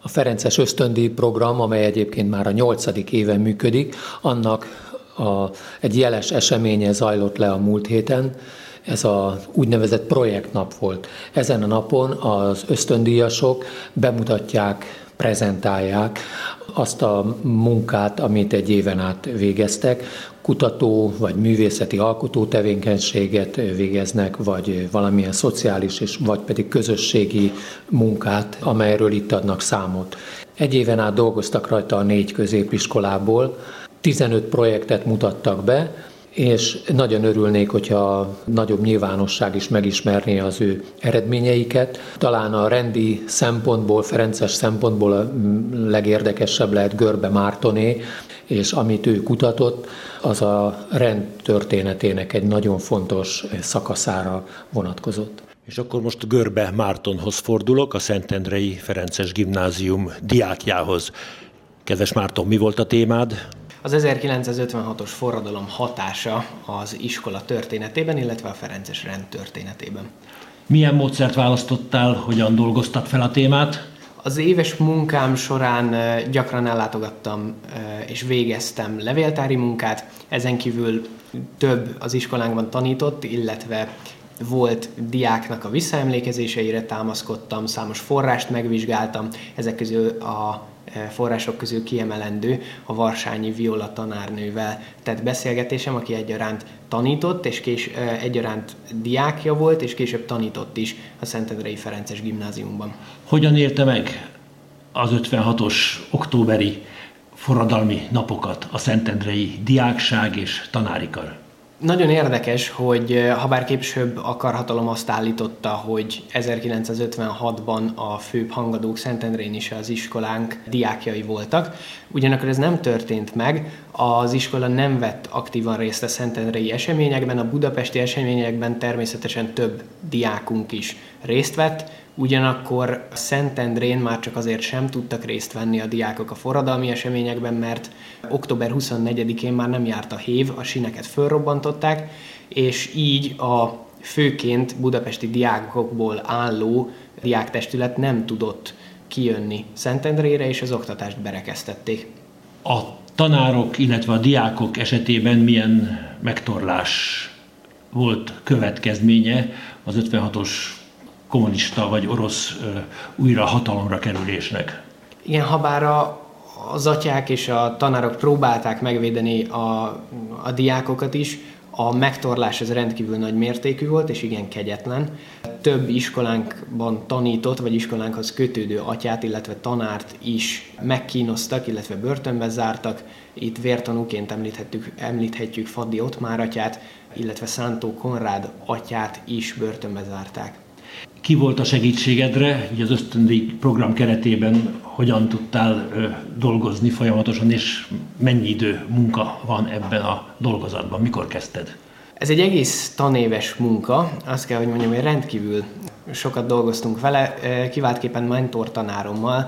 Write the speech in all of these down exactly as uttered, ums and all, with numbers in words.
A Ferences ösztöndíj program, amely egyébként már a nyolcadik éven működik, annak a, egy jeles eseménye zajlott le a múlt héten. Ez az úgynevezett projektnap volt. Ezen a napon az ösztöndíjasok bemutatják, prezentálják azt a munkát, amit egy éven át végeztek. Kutató vagy művészeti alkotó tevékenységet végeznek, vagy valamilyen szociális, és vagy pedig közösségi munkát, amelyről itt adnak számot. Egy éven át dolgoztak rajta a négy középiskolából, tizenöt projektet mutattak be, és nagyon örülnék, hogyha nagyobb nyilvánosság is megismerné az ő eredményeiket. Talán a rendi szempontból, ferences szempontból a legérdekesebb lehet Görbe Mártoné, és amit ő kutatott, az a rend történetének egy nagyon fontos szakaszára vonatkozott. És akkor most Görbe Mártonhoz fordulok, a Szentendrei Ferences Gimnázium diákjához. Kedves Márton, mi volt a témád? Az ezerkilencszázötvenhatos forradalom hatása az iskola történetében, illetve a ferences rend történetében. Milyen módszert választottál, hogyan dolgoztad fel a témát? Az éves munkám során gyakran ellátogattam és végeztem levéltári munkát, ezen kívül több az iskolánkban tanított, illetve volt diáknak a visszaemlékezéseire támaszkodtam, számos forrást megvizsgáltam, ezek közül a források közül kiemelendő a Varsányi Viola tanárnővel tett beszélgetésem, aki egyaránt tanított, és kés, egyaránt diákja volt, és később tanított is a Szentendrei Ferences Gimnáziumban. Hogyan élte meg az ötvenhatos októberi forradalmi napokat a szentendrei diákság és tanári kar? Nagyon érdekes, hogy ha bár később a karhatalom azt állította, hogy ezerkilencszázötvenhatban a főbb hangadók Szentendrén is az iskolánk diákjai voltak, ugyanakkor ez nem történt meg, az iskola nem vett aktívan részt a szentendrei eseményekben, a budapesti eseményekben természetesen több diákunk is részt vett, ugyanakkor Szentendrén már csak azért sem tudtak részt venni a diákok a forradalmi eseményekben, mert október huszonnegyedikén már nem járt a hév, a síneket fölrobbantották, és így a főként budapesti diákokból álló diáktestület nem tudott kijönni Szentendrére, és az oktatást berekeztették. A tanárok, illetve a diákok esetében milyen megtorlás volt következménye az ötvenhatos kommunista vagy orosz ö, újra hatalomra kerülésnek? Igen, habár a, az atyák és a tanárok próbálták megvédeni a, a diákokat is, a megtorlás ez rendkívül nagy mértékű volt, és igen kegyetlen. Több iskolánkban tanított, vagy iskolánkhoz kötődő atyát, illetve tanárt is megkínoztak, illetve börtönbe zártak. Itt vértanúként említhetjük, említhetjük Faddi Ottmár atyát, illetve Szántó Konrád atyát is börtönbe zárták. Ki volt a segítségedre, így az ösztöndíj program keretében hogyan tudtál ö, dolgozni folyamatosan, és mennyi idő munka van ebben a dolgozatban? Mikor kezdted? Ez egy egész tanéves munka, azt kell, hogy mondjam, hogy rendkívül sokat dolgoztunk vele, kiváltképpen mentortanárommal,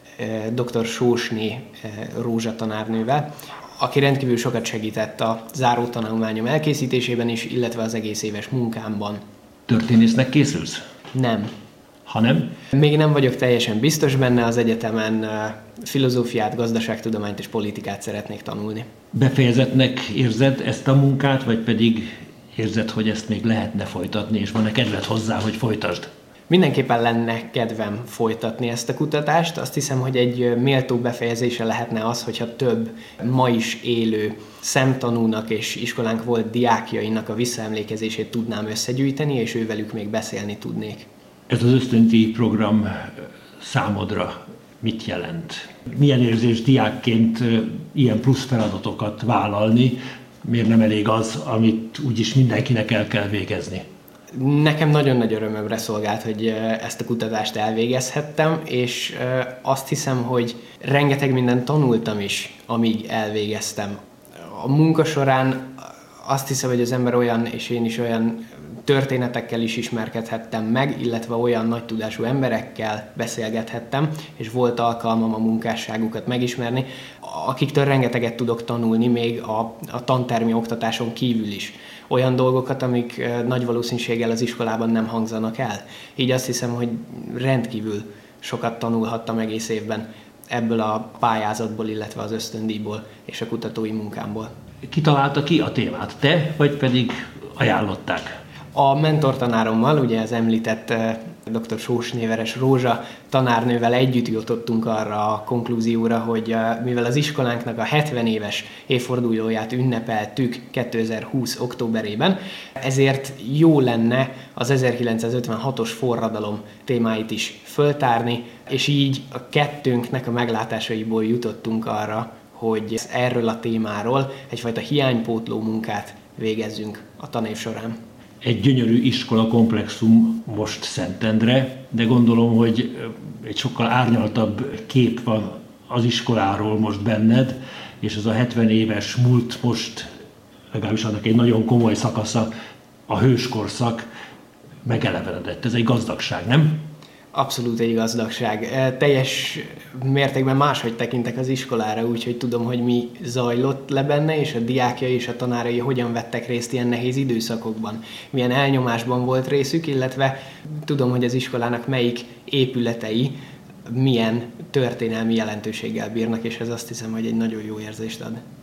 dr. Sósné Rózsa tanárnővel, aki rendkívül sokat segített a zárótanulmányom elkészítésében is, illetve az egész éves munkámban. Történésznek készülsz? Nem. Ha nem? Még nem vagyok teljesen biztos benne, az egyetemen filozófiát, gazdaságtudományt és politikát szeretnék tanulni. Befejezetnek érzed ezt a munkát, vagy pedig érzed, hogy ezt még lehetne folytatni, és van-e kedved hozzá, hogy folytasd? Mindenképpen lenne kedvem folytatni ezt a kutatást. Azt hiszem, hogy egy méltó befejezése lehetne az, hogyha több ma is élő szemtanúnak és iskolánk volt diákjainak a visszaemlékezését tudnám összegyűjteni, és ővelük még beszélni tudnék. Ez az ösztöndíj program számodra mit jelent? Milyen érzés diákként ilyen plusz feladatokat vállalni? Miért nem elég az, amit úgyis mindenkinek el kell végezni? Nekem nagyon nagy örömömre szolgált, hogy ezt a kutatást elvégezhettem, és azt hiszem, hogy rengeteg mindent tanultam is, amíg elvégeztem. A munka során azt hiszem, hogy az ember olyan, és én is olyan történetekkel is ismerkedhettem meg, illetve olyan nagy tudású emberekkel beszélgethettem, és volt alkalmam a munkásságukat megismerni, akiktől rengeteget tudok tanulni, még a, a tantermi oktatáson kívül is. Olyan dolgokat, amik nagy valószínűséggel az iskolában nem hangzanak el. Így azt hiszem, hogy rendkívül sokat tanulhattam egész évben ebből a pályázatból, illetve az ösztöndíjból és a kutatói munkámból. Ki találta ki a témát? Te, vagy pedig ajánlották? A mentortanárommal, ugye az említett dr. Sósnéveres Rózsa tanárnővel együtt jutottunk arra a konklúzióra, hogy mivel az iskolánknak a hetven éves évfordulóját ünnepeltük kétezer-húsz októberében, ezért jó lenne az ezerkilencszázötvenhatos forradalom témáit is föltárni, és így a kettőnknek a meglátásaiból jutottunk arra, hogy erről a témáról egyfajta hiánypótló munkát végezzünk a tanév során. Egy gyönyörű iskola komplexum most Szentendre, de gondolom, hogy egy sokkal árnyaltabb kép van az iskoláról most benned, és az a hetven éves múlt most, legalábbis annak egy nagyon komoly szakasza, a hőskorszak megelevenedett. Ez egy gazdagság, nem? Abszolút egy gazdagság. Teljes mértékben máshogy tekintek az iskolára, úgyhogy tudom, hogy mi zajlott le benne, és a diákjai és a tanárai hogyan vettek részt ilyen nehéz időszakokban. Milyen elnyomásban volt részük, illetve tudom, hogy az iskolának melyik épületei milyen történelmi jelentőséggel bírnak, és ez azt hiszem, hogy egy nagyon jó érzést ad.